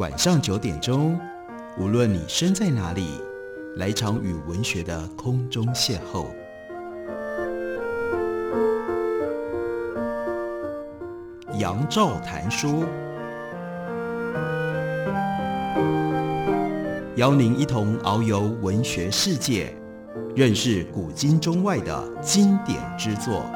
晚上9点钟，无论你身在哪里，来一场与文学的空中邂逅。杨照谈书，邀您一同遨游文学世界，认识古今中外的经典之作。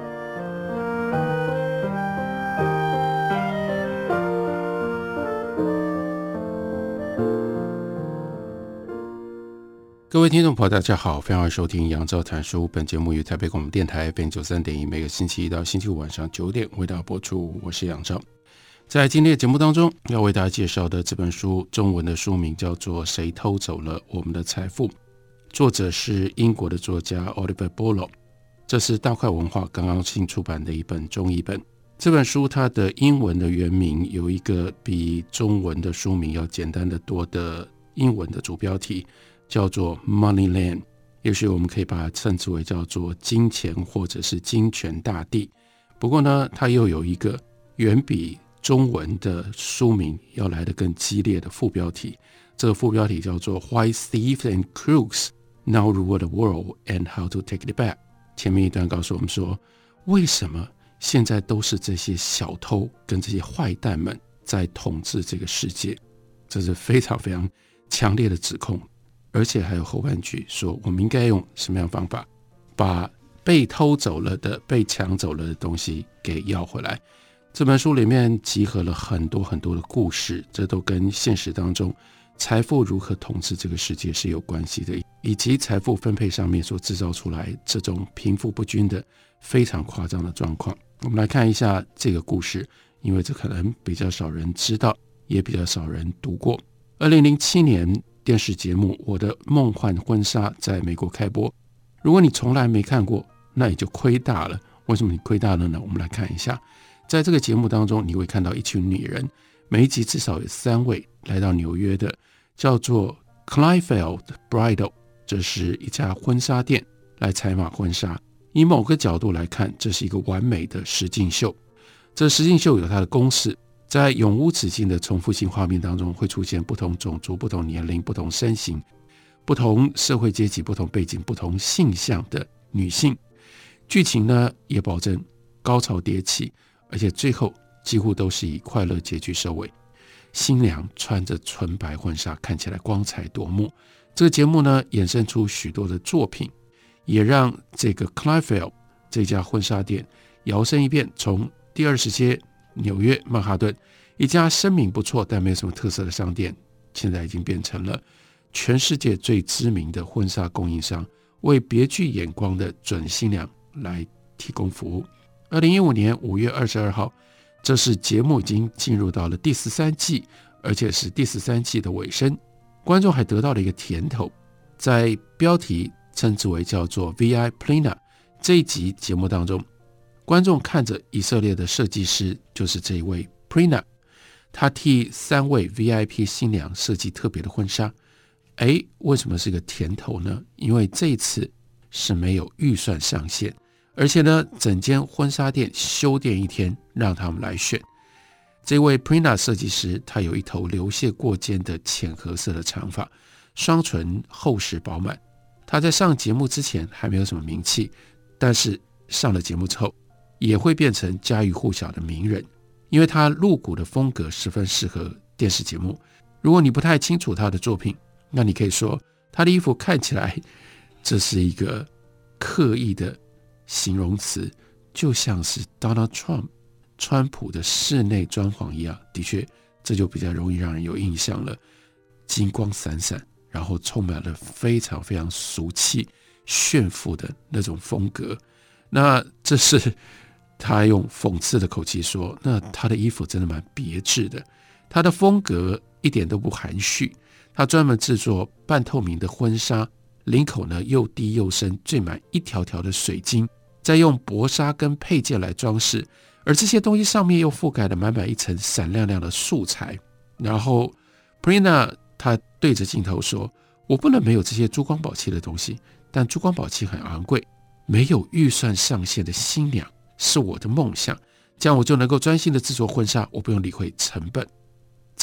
各位听众朋友大家好，非常欢迎收听杨照谈书。本节目于台北广播电台 FM93.1， 每个星期一到星期五晚上9点为大家播出。我是杨照。在今天的节目当中，要为大家介绍的这本书，中文的书名叫做《谁偷走了我们的财富》，作者是英国的作家 Oliver Bollock， 这是大块文化刚刚新出版的一本中译本。这本书它的英文的原名有一个比中文的书名要简单的多的英文的主标题，叫做 Moneyland， 也许我们可以把它称之为叫做金钱或者是金权大地。不过呢，它又有一个远比中文的书名要来得更激烈的副标题，这个副标题叫做 Why Thieves and Crooks Now Rule the World and How to Take It Back。 前面一段告诉我们说，为什么现在都是这些小偷跟这些坏蛋们在统治这个世界，这是非常非常强烈的指控。而且还有后半句说，我们应该用什么样的方法把被偷走了的、被抢走了的东西给要回来。这本书里面集合了很多很多的故事，这都跟现实当中财富如何统治这个世界是有关系的，以及财富分配上面所制造出来这种贫富不均的非常夸张的状况。我们来看一下这个故事，因为这可能比较少人知道，也比较少人读过。2007年电视节目《我的梦幻婚纱》在美国开播，如果你从来没看过，那你就亏大了。为什么你亏大了呢？我们来看一下，在这个节目当中，你会看到一群女人，每一集至少有3位来到纽约的，叫做 Kleinfeld Bridal， 这是一家婚纱店来采买婚纱。以某个角度来看，这是一个完美的实境秀。这实境秀有它的公式，在永无止境的重复性画面当中，会出现不同种族、不同年龄、不同身形、不同社会阶级、不同背景、不同性向的女性。剧情呢也保证高潮迭起，而且最后几乎都是以快乐结局收尾。新娘穿着纯白婚纱，看起来光彩夺目。这个节目呢衍生出许多的作品，也让这个 Kleinfeld 这家婚纱店摇身一变，从第20街纽约曼哈顿一家声名不错但没有什么特色的商店，现在已经变成了全世界最知名的婚纱供应商，为别具眼光的准新娘来提供服务。2015年5月22号，这是节目已经进入到了第13季，而且是第13季的尾声。观众还得到了一个甜头，在标题称之为叫做 VI Plina 这一集节目当中，观众看着以色列的设计师，就是这一位 Plina， 他替3位 VIP 新娘设计特别的婚纱。为什么是个甜头呢？因为这一次是没有预算上限，而且呢，整间婚纱店休店1天，让他们来选。这位 Plina 设计师，他有一头流泻过肩的浅褐色的长发，双唇厚实饱满。他在上节目之前还没有什么名气，但是上了节目之后也会变成家喻户晓的名人，因为他露骨的风格十分适合电视节目。如果你不太清楚他的作品，那你可以说他的衣服看起来这是一个刻意的形容词，就像是 Donald Trump 川普的室内装潢一样。的确，这就比较容易让人有印象了，金光闪闪，然后充满了非常非常俗气炫富的那种风格。那这是他用讽刺的口气说，那他的衣服真的蛮别致的，他的风格一点都不含蓄。他专门制作半透明的婚纱，领口呢又低又深，缀满一条条的水晶，再用薄纱跟配件来装饰，而这些东西上面又覆盖了满满一层闪亮亮的素材。然后 Prina 他对着镜头说，我不能没有这些珠光宝气的东西，但珠光宝气很昂贵，没有预算上限的新娘是我的梦想，这样我就能够专心的制作婚纱，我不用理会成本。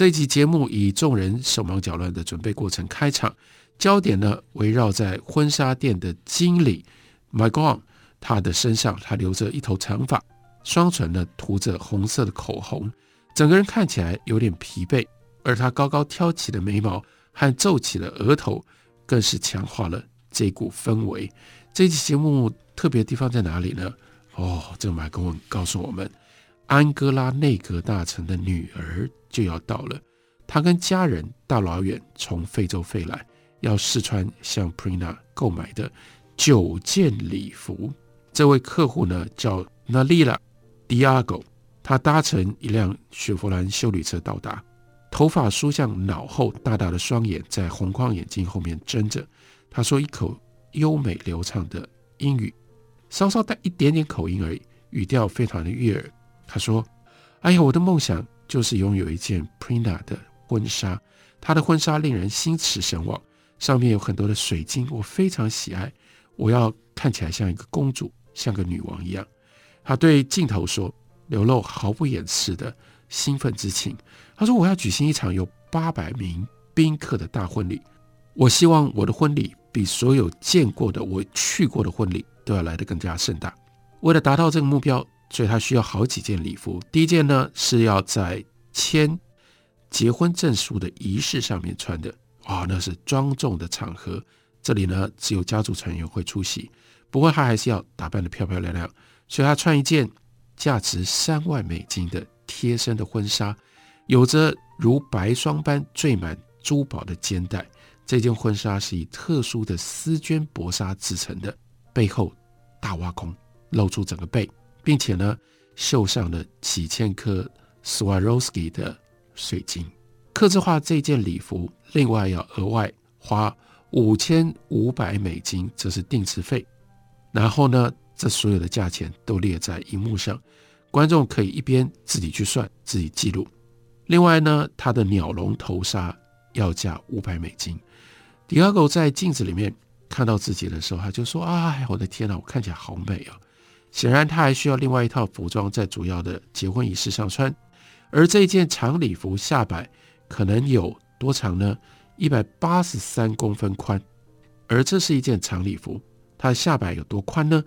这一集节目以众人手忙脚乱的准备过程开场，焦点呢围绕在婚纱店的经理 Michael， 他的身上他留着一头长发，双唇呢涂着红色的口红，整个人看起来有点疲惫，而他高高挑起的眉毛和皱起的额头更是强化了这股氛围。这一集节目特别的地方在哪里呢？这个麦克文告诉我们，安哥拉内阁大臣的女儿就要到了，他跟家人大老远从非洲飞来，要试穿向 Prina 购买的9件礼服。这位客户呢叫 Nalila Diago， 他搭乘一辆雪佛兰休旅车到达，头发梳向脑后，大大的双眼在红框眼镜后面睁着。他说一口优美流畅的英语，稍稍带一点点口音而已，语调非常的悦耳。他说：“哎呀，我的梦想就是拥有一件 Prina 的婚纱，她的婚纱令人心驰神往，上面有很多的水晶，我非常喜爱。我要看起来像一个公主，像个女王一样。”他对镜头说，流露毫不掩饰的兴奋之情。他说：“我要举行一场有800名宾客的大婚礼，我希望我的婚礼比所有见过的我去过的婚礼都要来得更加盛大。为了达到这个目标，所以他需要好几件礼服。第一件呢是要在签结婚证书的仪式上面穿的，那是庄重的场合，这里呢只有家族成员会出席，不过他还是要打扮得漂漂亮亮，所以他穿一件价值3万美金的贴身的婚纱，有着如白霜般缀满珠宝的肩带。这件婚纱是以特殊的丝绢薄纱制成的，背后大挖空，露出整个背，并且呢绣上了几千颗 Swarovski 的水晶。客制化这件礼服另外要额外花5500美金，这是定制费。然后呢这所有的价钱都列在荧幕上，观众可以一边自己去算，自己记录。另外呢他的鸟笼头纱要价500美金。Diago 在镜子里面看到自己的时候，他就说：“哎，我的天哪，我看起来好美啊！”显然他还需要另外一套服装在主要的结婚仪式上穿，而这件长礼服下摆可能有多长呢？183公分宽，而这是一件长礼服，它的下摆有多宽呢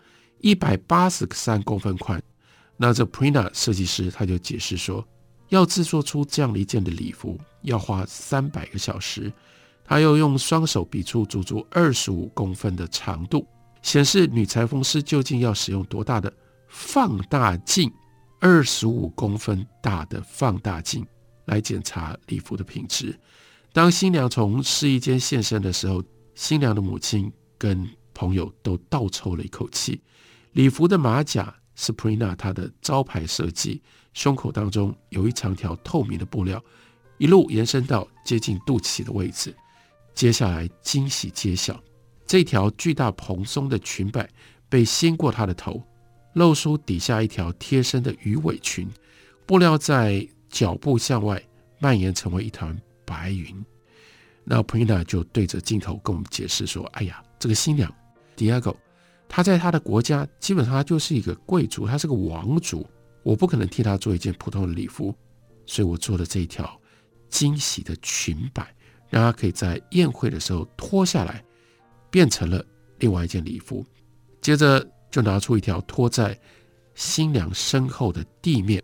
？183公分宽。那这 Prina 设计师他就解释说，要制作出这样的一件的礼服要花300个小时，他又用双手比出足足25公分的长度，显示女裁缝师究竟要使用多大的放大镜，25公分大的放大镜来检查礼服的品质。当新娘从试衣间现身的时候，新娘的母亲跟朋友都倒抽了一口气。礼服的马甲是 Prina 她的招牌设计，胸口当中有一长条透明的布料，一路延伸到接近肚脐的位置。接下来惊喜揭晓，这条巨大蓬松的裙摆被掀过她的头，露出底下一条贴身的鱼尾裙，布料在脚部向外蔓延成为一团白云。那 Prina 就对着镜头跟我们解释说：“哎呀，这个新娘 Diago， 她在她的国家基本上她就是一个贵族，她是个王族，我不可能替她做一件普通的礼服，所以我做了这一条惊喜的裙摆，让她可以在宴会的时候脱下来，变成了另外一件礼服。接着就拿出一条拖在新娘身后的地面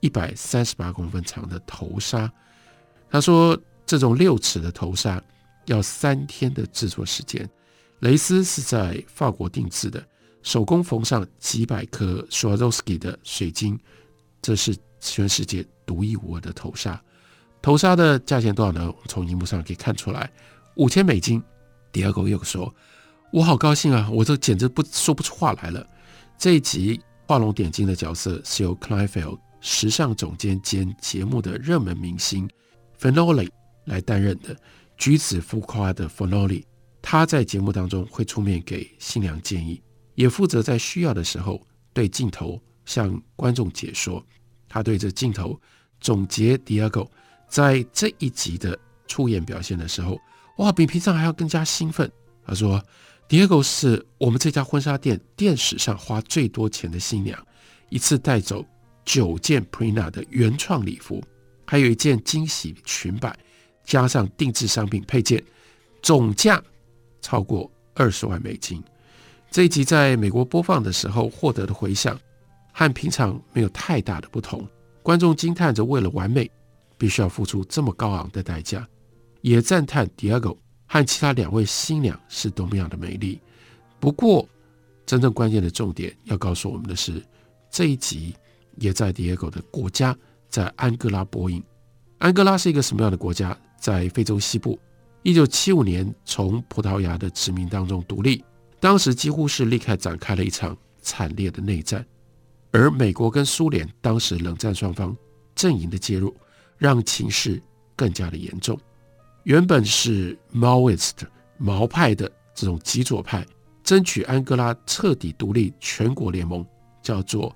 138公分长的头纱。他说这种6尺的头纱要3天的制作时间，蕾丝是在法国定制的，手工缝上几百颗 Swarovski 的水晶，这是全世界独一无二的头纱。头纱的价钱多少呢？我们从荧幕上可以看出来，5000美金。Diago又说：“我好高兴啊，我这简直说不出话来了。”这一集画龙点睛的角色是由 Kleinfeld 时尚总监兼节目的热门明星 Finoli 来担任的。举止浮夸的 Finoli， 他在节目当中会出面给新娘建议，也负责在需要的时候对镜头向观众解说。他对着镜头总结 Diago 在这一集的出演表现的时候，哇，比平常还要更加兴奋。他说 Diago 是我们这家婚纱店史上花最多钱的新娘，一次带走9件 Prina 的原创礼服， 还有一件惊喜裙摆，加上定制商品配件，总价超过20万美金。这一集在美国播放的时候获得的回响和平常没有太大的不同，观众惊叹着为了完美必须要付出这么高昂的代价，也赞叹 Diego 和其他2位新娘是多么样的美丽。不过真正关键的重点要告诉我们的是，这一集也在 Diego 的国家，在安哥拉播映。安哥拉是一个什么样的国家？在非洲西部，1975年从葡萄牙的殖民当中独立，当时几乎是立刻展开了一场惨烈的内战，而美国跟苏联当时冷战双方阵营的介入，让情势更加的严重。原本是 Maoist 毛派的这种极左派争取安哥拉彻底独立全国联盟，叫做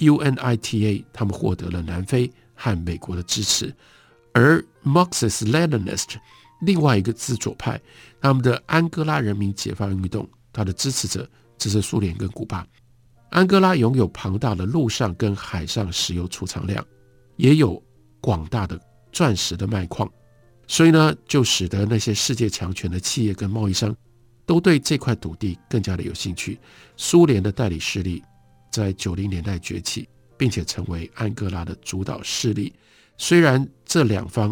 UNITA， 他们获得了南非和美国的支持。而 Marxist-Leninist 另外一个自左派，他们的安哥拉人民解放运动，他的支持者只是苏联跟古巴。安哥拉拥有庞大的陆上跟海上石油储藏量，也有广大的钻石的卖矿，所以呢，就使得那些世界强权的企业跟贸易商都对这块土地更加的有兴趣。苏联的代理势力在90年代崛起，并且成为安哥拉的主导势力。虽然这2方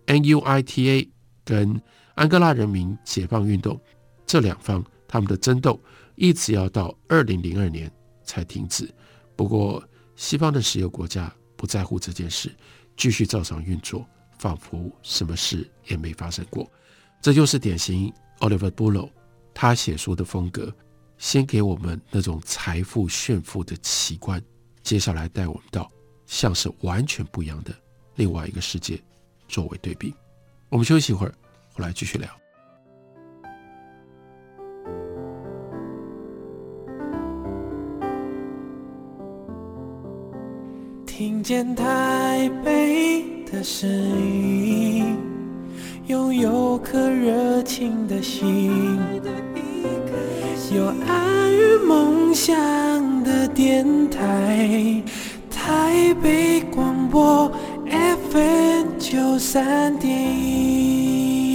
NUITA 跟安哥拉人民解放运动这2方他们的争斗一直要到2002年才停止，不过西方的石油国家不在乎这件事，继续照常运作，仿佛什么事也没发生过。这就是典型 Oliver Bullough 他写书的风格，先给我们那种财富炫富的奇观，接下来带我们到像是完全不一样的另外一个世界作为对比。我们休息一会儿，回来继续聊。 听见台北的声音，拥有颗热情的心，有爱与梦想的电台，台北广播 FM93.1。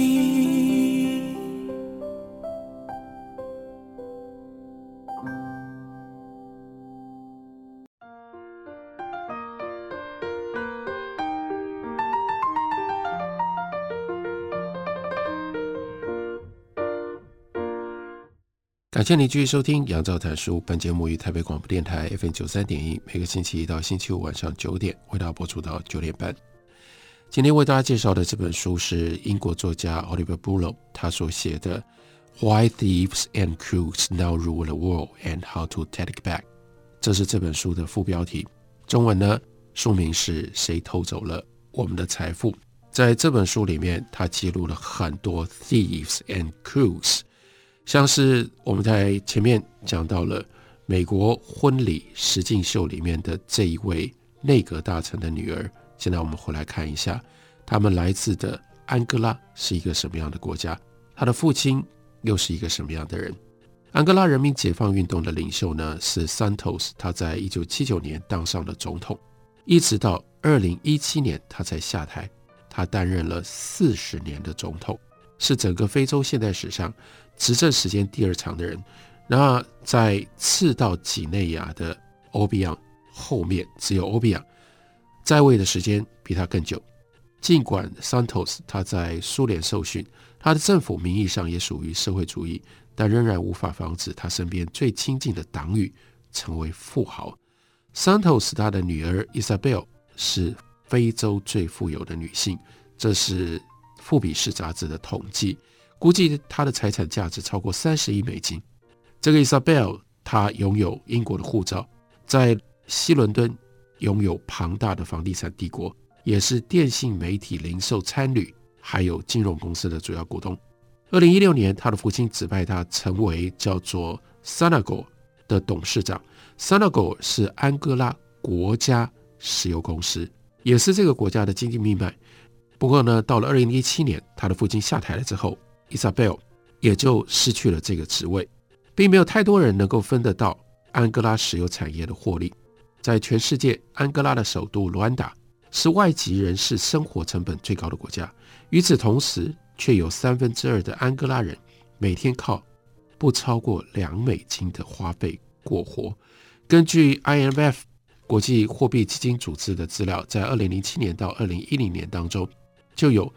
感谢你继续收听杨照谈书，本节目于台北广播电台 FM93.1，每个星期一到星期五晚上9点为大家播出到9点半。今天为大家介绍的这本书是英国作家 Oliver Bullough 他所写的 Why Thieves and Crooks Now Rule the World and How to Take It Back， 这是这本书的副标题，中文呢书名是谁偷走了我们的财富。在这本书里面，他记录了很多 Thieves and Crooks，像是我们在前面讲到了美国婚礼实境秀里面的这一位内阁大臣的女儿，现在我们回来看一下他们来自的安哥拉是一个什么样的国家，他的父亲又是一个什么样的人。安哥拉人民解放运动的领袖呢是 Santos， 他在1979年当上了总统，一直到2017年他才下台，他担任了40年的总统，是整个非洲现代史上执政时间第2长的人。那在次到几内亚的欧比昂后面，只有欧比昂在位的时间比他更久。尽管 Santos 他在苏联受训，他的政府名义上也属于社会主义，但仍然无法防止他身边最亲近的党羽成为富豪。Santos 他的女儿 Isabel 是非洲最富有的女性，这是富比士杂志的统计，估计她的财产价值超过30亿美金。这个 Isabel 她拥有英国的护照，在西伦敦拥有庞大的房地产帝国，也是电信媒体零售参旅还有金融公司的主要股东。2016年她的父亲指派她成为叫做 Sonangol 的董事长。 Sonangol 是安哥拉国家石油公司，也是这个国家的经济命脉。不过呢，到了2017年他的父亲下台了之后， Isabel 也就失去了这个职位，并没有太多人能够分得到安哥拉石油产业的获利。在全世界，安哥拉的首都卢安达是外籍人士生活成本最高的国家。与此同时，却有2/3的安哥拉人每天靠不超过$2的花费过活。根据 IMF 国际货币基金组织的资料，在2007年到2010年当中，就有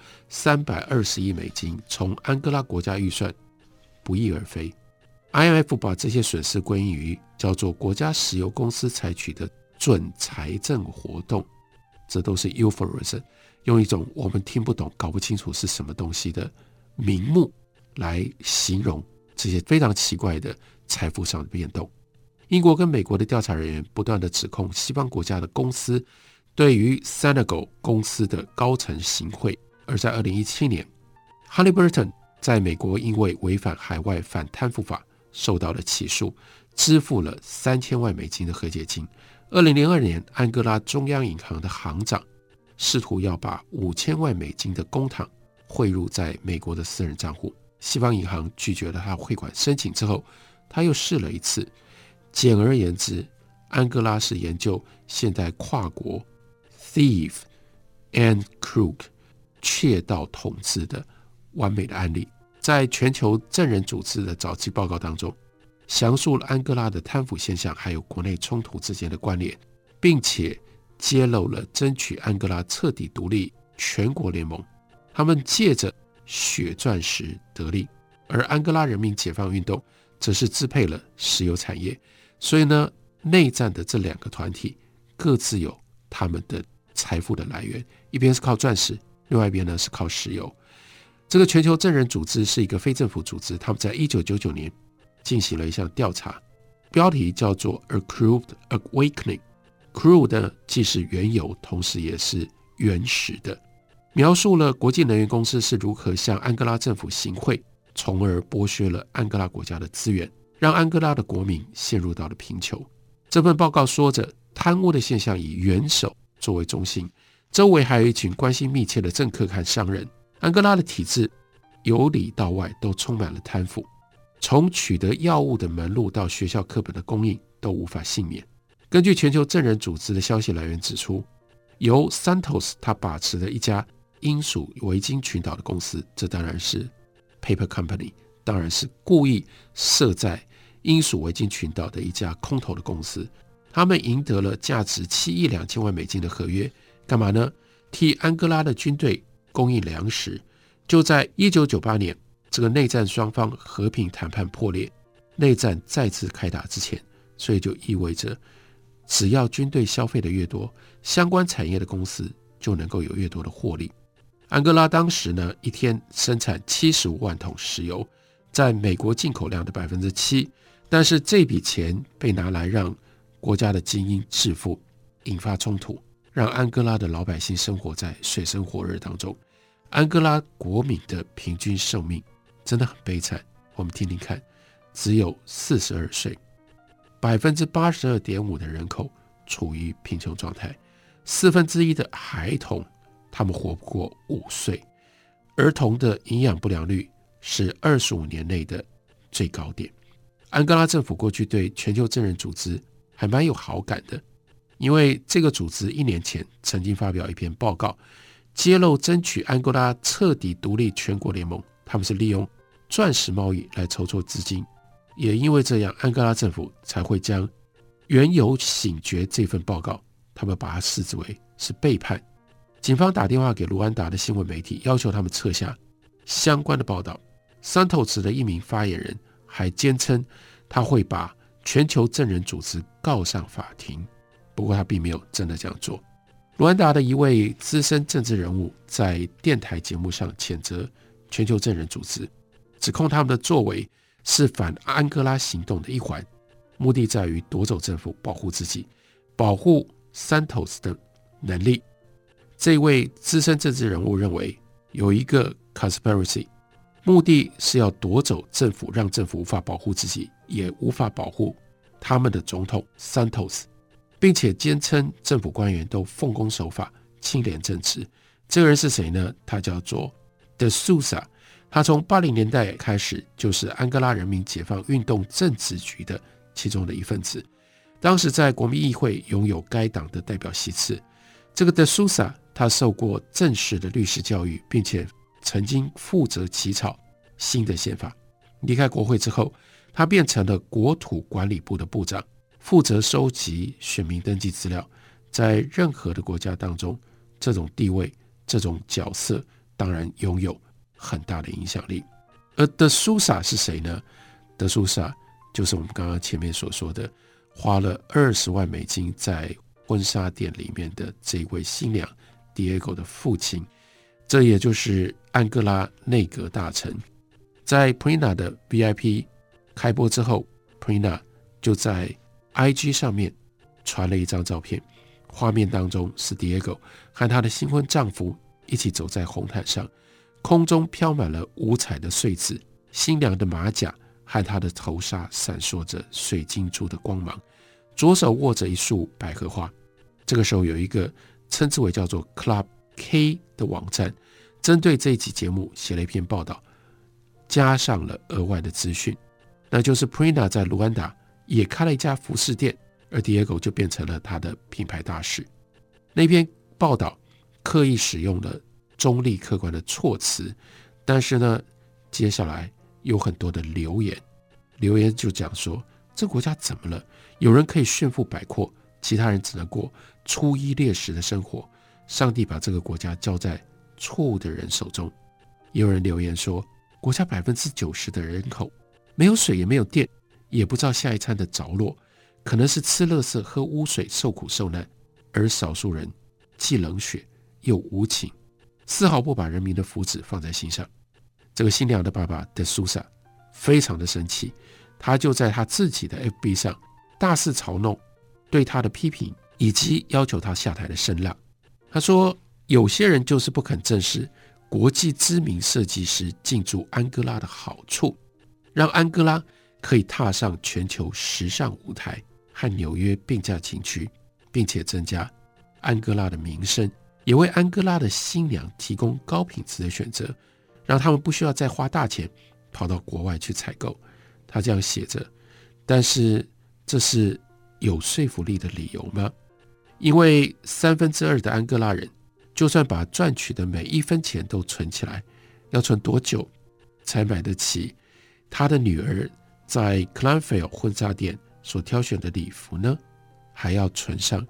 $320亿从安哥拉国家预算不翼而飞。IMF 把这些损失归因于叫做国家石油公司采取的准财政活动，这都是 euphemism， 用一种我们听不懂搞不清楚是什么东西的名目来形容这些非常奇怪的财富上的变动。英国跟美国的调查人员不断的指控西方国家的公司对于 Senegal 公司的高层行贿，而在2017年 Halliburton 在美国因为违反海外反贪腐法受到了起诉，支付了$3000万的和解金。2002年，安哥拉中央银行的行长试图要把$5000万的公帑汇入在美国的私人账户，西方银行拒绝了他汇款申请之后，他又试了一次。简而言之，安哥拉是研究现代跨国 thief and crook 窃盗统治的完美的案例。在全球证人组织的早期报告当中，详述了安哥拉的贪腐现象还有国内冲突之间的关联，并且揭露了争取安哥拉彻底独立全国联盟他们借着血钻石得利，而安哥拉人民解放运动则是支配了石油产业。所以呢，内战的这两个团体各自有他们的财富的来源，一边是靠钻石，另外一边呢是靠石油。这个全球证人组织是一个非政府组织，他们在1999年进行了一项调查，标题叫做 A Crude Awakening。 Crude 呢既是原油，同时也是原始的，描述了国际能源公司是如何向安哥拉政府行贿，从而剥削了安哥拉国家的资源，让安哥拉的国民陷入到了贫穷。这份报告说着，贪污的现象以元首作为中心，周围还有一群关系密切的政客和商人。安哥拉的体制由里到外都充满了贪腐，从取得药物的门路到学校课本的供应都无法幸免。根据全球证人组织的消息来源指出，由 Santos 他把持的一家英属维京群岛的公司，这当然是 Paper Company， 当然是故意设在英属维京群岛的一家空头的公司。他们赢得了价值$7亿2千万的合约，干嘛呢？替安哥拉的军队供应粮食。就在1998年，这个内战双方和平谈判破裂，内战再次开打之前，所以就意味着只要军队消费的越多，相关产业的公司就能够有越多的获利。安哥拉当时呢，一天生产75万桶石油，占美国进口量的 7%， 但是这笔钱被拿来让国家的精英致富，引发冲突，让安哥拉的老百姓生活在水深火热当中。安哥拉国民的平均寿命真的很悲惨，我们听听看，只有42岁， 82.5% 的人口处于贫穷状态，1/4的孩童他们活不过5岁，儿童的营养不良率是25年内的最高点。安哥拉政府过去对全球证人组织还蛮有好感的，因为这个组织1年前曾经发表一篇报告，揭露争取安哥拉彻底独立全国联盟，他们是利用钻石贸易来筹措资金。也因为这样，安哥拉政府才会将原油醒觉这份报告，他们把它视之为是背叛。警方打电话给卢安达的新闻媒体，要求他们撤下相关的报道。Santos 的一名发言人还坚称他会把全球证人组织告上法庭，不过他并没有真的这样做。卢安达的一位资深政治人物在电台节目上谴责全球证人组织，指控他们的作为是反安哥拉行动的一环，目的在于夺走政府，保护自己，保护 Santos 的能力。这位资深政治人物认为有一个 conspiracy， 目的是要夺走政府，让政府无法保护自己，也无法保护他们的总统 Santos， 并且坚称政府官员都奉公守法，清廉正直。这个人是谁呢？他叫做 De Souza， 他从80年代开始就是安哥拉人民解放运动政治局的其中的一份子，当时在国民议会拥有该党的代表席次。 这个德苏萨他受过正式的律师教育，并且曾经负责起草新的宪法。离开国会之后，他变成了国土管理部的部长，负责收集选民登记资料。在任何的国家当中，这种地位、这种角色当然拥有很大的影响力。而德苏萨是谁呢？德苏萨就是我们刚刚前面所说的花了20万美金在婚纱店里面的这一位新娘 Diego 的父亲，这也就是安哥拉内阁大臣。在 Prina 的 VIP 开播之后， Prina 就在 IG 上面传了一张照片，画面当中是 Diego 和她的新婚丈夫一起走在红毯上，空中飘满了五彩的穗子，新娘的马甲和她的头纱闪烁着水晶珠的光芒，左手握着一束百合花。这个时候有一个称之为叫做 Club K 的网站，针对这一集节目写了一篇报道，加上了额外的资讯，那就是 Prina 在卢安达也开了一家服饰店，而 Diego 就变成了他的品牌大使。那篇报道刻意使用了中立客观的措辞，但是呢，接下来有很多的留言就讲说，这国家怎么了？有人可以炫富百阔，其他人只能过粗衣劣食的生活。上帝把这个国家交在错误的人手中。也有人留言说，国家90%的人口没有水也没有电，也不知道下一餐的着落，可能是吃垃圾喝污水受苦受难，而少数人既冷血又无情，丝毫不把人民的福祉放在心上。这个新娘的爸爸德苏萨非常的生气，他就在他自己的 FB 上大肆嘲弄对他的批评，以及要求他下台的声浪。他说，有些人就是不肯正视国际知名设计师进驻安哥拉的好处，让安哥拉可以踏上全球时尚舞台，和纽约并驾齐驱，并且增加安哥拉的名声，也为安哥拉的新娘提供高品质的选择，让他们不需要再花大钱跑到国外去采购。他这样写着，但是这是有说服力的理由吗？因为2/3的安哥拉人就算把赚取的每一分钱都存起来，要存多久才买得起他的女儿在 Clanfield 婚纱店所挑选的礼服呢？还要存上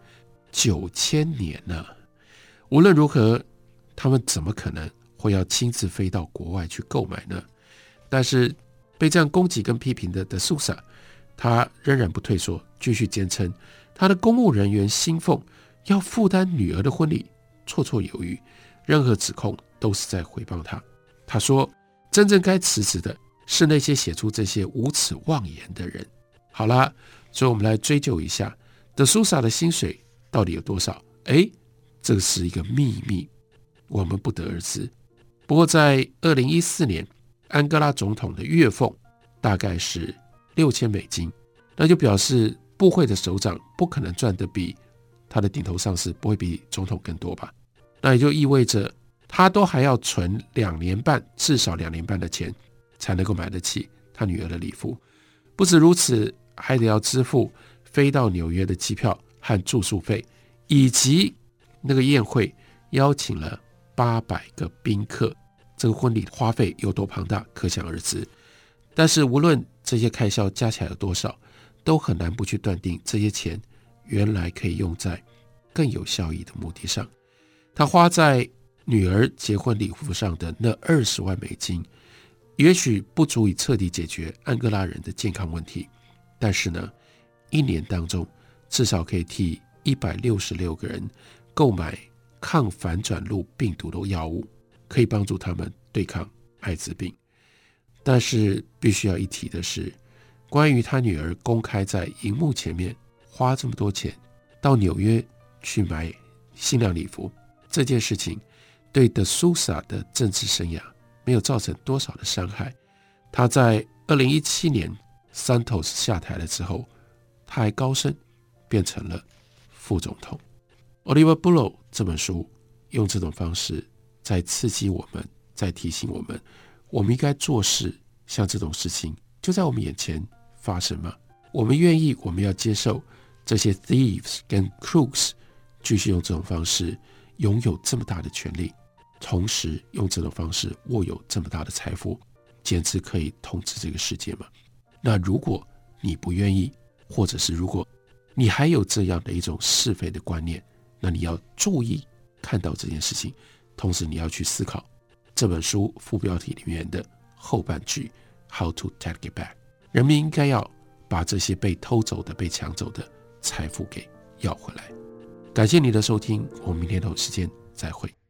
9000年呢。无论如何，他们怎么可能会要亲自飞到国外去购买呢？但是被这样攻击跟批评的德苏萨，他仍然不退缩，继续坚称他的公务人员薪俸要负担女儿的婚礼绰绰有余，任何指控都是在诽谤他。他说，真正该辞职的是那些写出这些无耻妄言的人。好啦，所以我们来追究一下德苏萨的薪水到底有多少？这是一个秘密，我们不得而知。不过在2014年，安哥拉总统的月俸大概是6000美金，那就表示部会的首长不可能赚得比他的顶头上司不会比总统更多吧？那也就意味着他都还要存2年半，至少2年半的钱才能够买得起他女儿的礼服。不止如此，还得要支付飞到纽约的机票和住宿费，以及那个宴会邀请了800个宾客，这个婚礼花费有多庞大，可想而知。但是无论这些开销加起来有多少，都很难不去断定这些钱原来可以用在更有效益的目的上。他花在女儿结婚礼服上的那20万美金，也许不足以彻底解决安哥拉人的健康问题，但是呢，1年当中至少可以替166个人购买抗反转录病毒的药物，可以帮助他们对抗艾滋病。但是必须要一提的是，关于他女儿公开在荧幕前面花这么多钱到纽约去买新娘礼服这件事情，对德苏萨的政治生涯没有造成多少的伤害。他在2017年 Santos 下台了之后，他还高升变成了副总统。 Oliver Bullough 这本书用这种方式在刺激我们，在提醒我们，我们应该做事，像这种事情就在我们眼前发生吗？我们愿意，我们要接受这些 thieves 跟 crooks 继续用这种方式拥有这么大的权利，同时用这种方式握有这么大的财富，简直可以统治这个世界吗？那如果你不愿意，或者是如果你还有这样的一种是非的观念，那你要注意看到这件事情，同时你要去思考这本书副标题里面的后半句 How to take it back。 人民应该要把这些被偷走的被抢走的财富给要回来。感谢你的收听，我们明天同一时间再会。